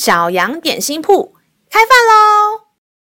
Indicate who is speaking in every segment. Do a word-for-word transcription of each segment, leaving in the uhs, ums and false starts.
Speaker 1: 小羊点心铺开饭喽！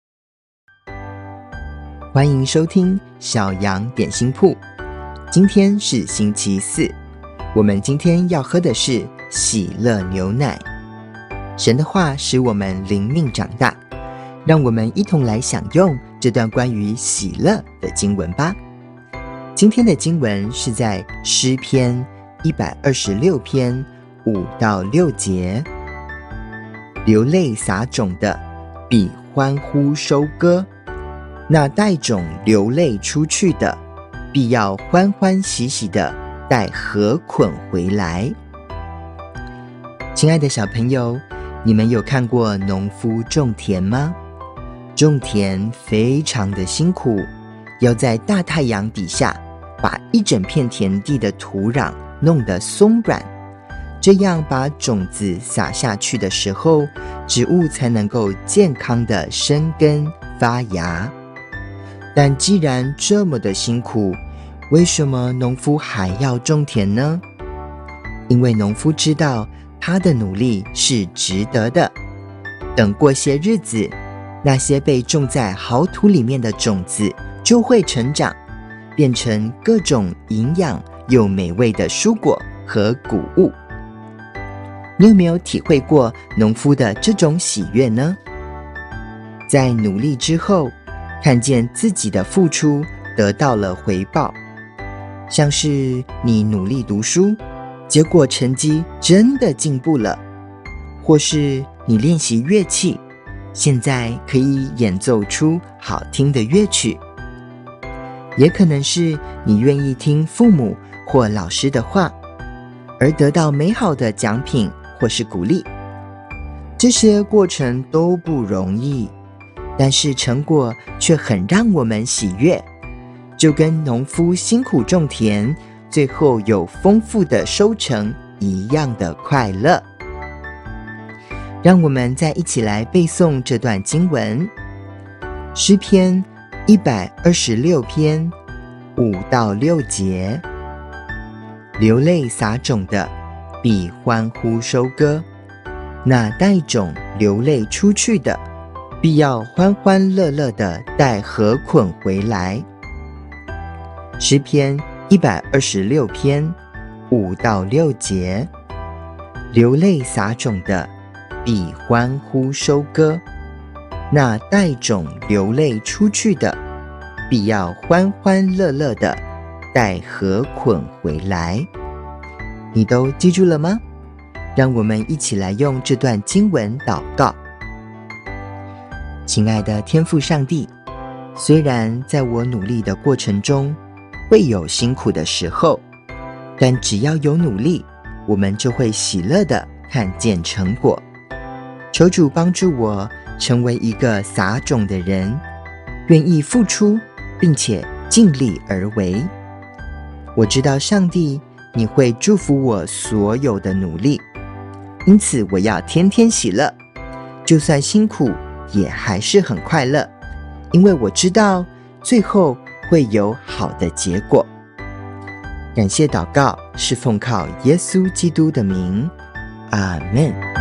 Speaker 2: 欢迎收听小羊点心铺。今天是星期四，我们今天要喝的是喜乐牛奶。神的话使我们灵命长大，让我们一同来享用这段关于喜乐的经文吧。今天的经文是在诗篇一百二十六篇五到六节。流泪撒种的，必欢呼收割；那带种流泪出去的，必要欢欢喜喜地带禾捆回来。亲爱的小朋友，你们有看过农夫种田吗？种田非常的辛苦，要在大太阳底下把一整片田地的土壤弄得松软，这样把种子撒下去的时候，植物才能够健康的生根发芽。但既然这么的辛苦，为什么农夫还要种田呢？因为农夫知道他的努力是值得的。等过些日子，那些被种在好土里面的种子就会成长，变成各种营养又美味的蔬果和谷物。你有没有体会过农夫的这种喜悦呢？在努力之后，看见自己的付出得到了回报，像是你努力读书，结果成绩真的进步了，或是你练习乐器，现在可以演奏出好听的乐曲，也可能是你愿意听父母或老师的话，而得到美好的奖品或是鼓励。这些过程都不容易，但是成果却很让我们喜悦，就跟农夫辛苦种田，最后有丰富的收成一样的快乐。让我们再一起来背诵这段经文，诗篇一百二十六篇五到六节。流泪撒种的，必欢呼收割；那带种流泪出去的，必要欢欢乐乐地带禾捆回来。诗篇一百二十六篇五到六节。流泪撒种的，必欢呼收割；那带种流泪出去的，必要欢欢乐乐地带禾捆回来。你都记住了吗？让我们一起来用这段经文祷告。亲爱的天父上帝，虽然在我努力的过程中会有辛苦的时候，但只要有努力，我们就会喜乐地看见成果。求主帮助我成为一个撒种的人，愿意付出并且尽力而为。我知道上帝你会祝福我所有的努力，因此我要天天喜乐，就算辛苦也还是很快乐，因为我知道最后会有好的结果。感谢祷告是奉靠耶稣基督的名，阿们。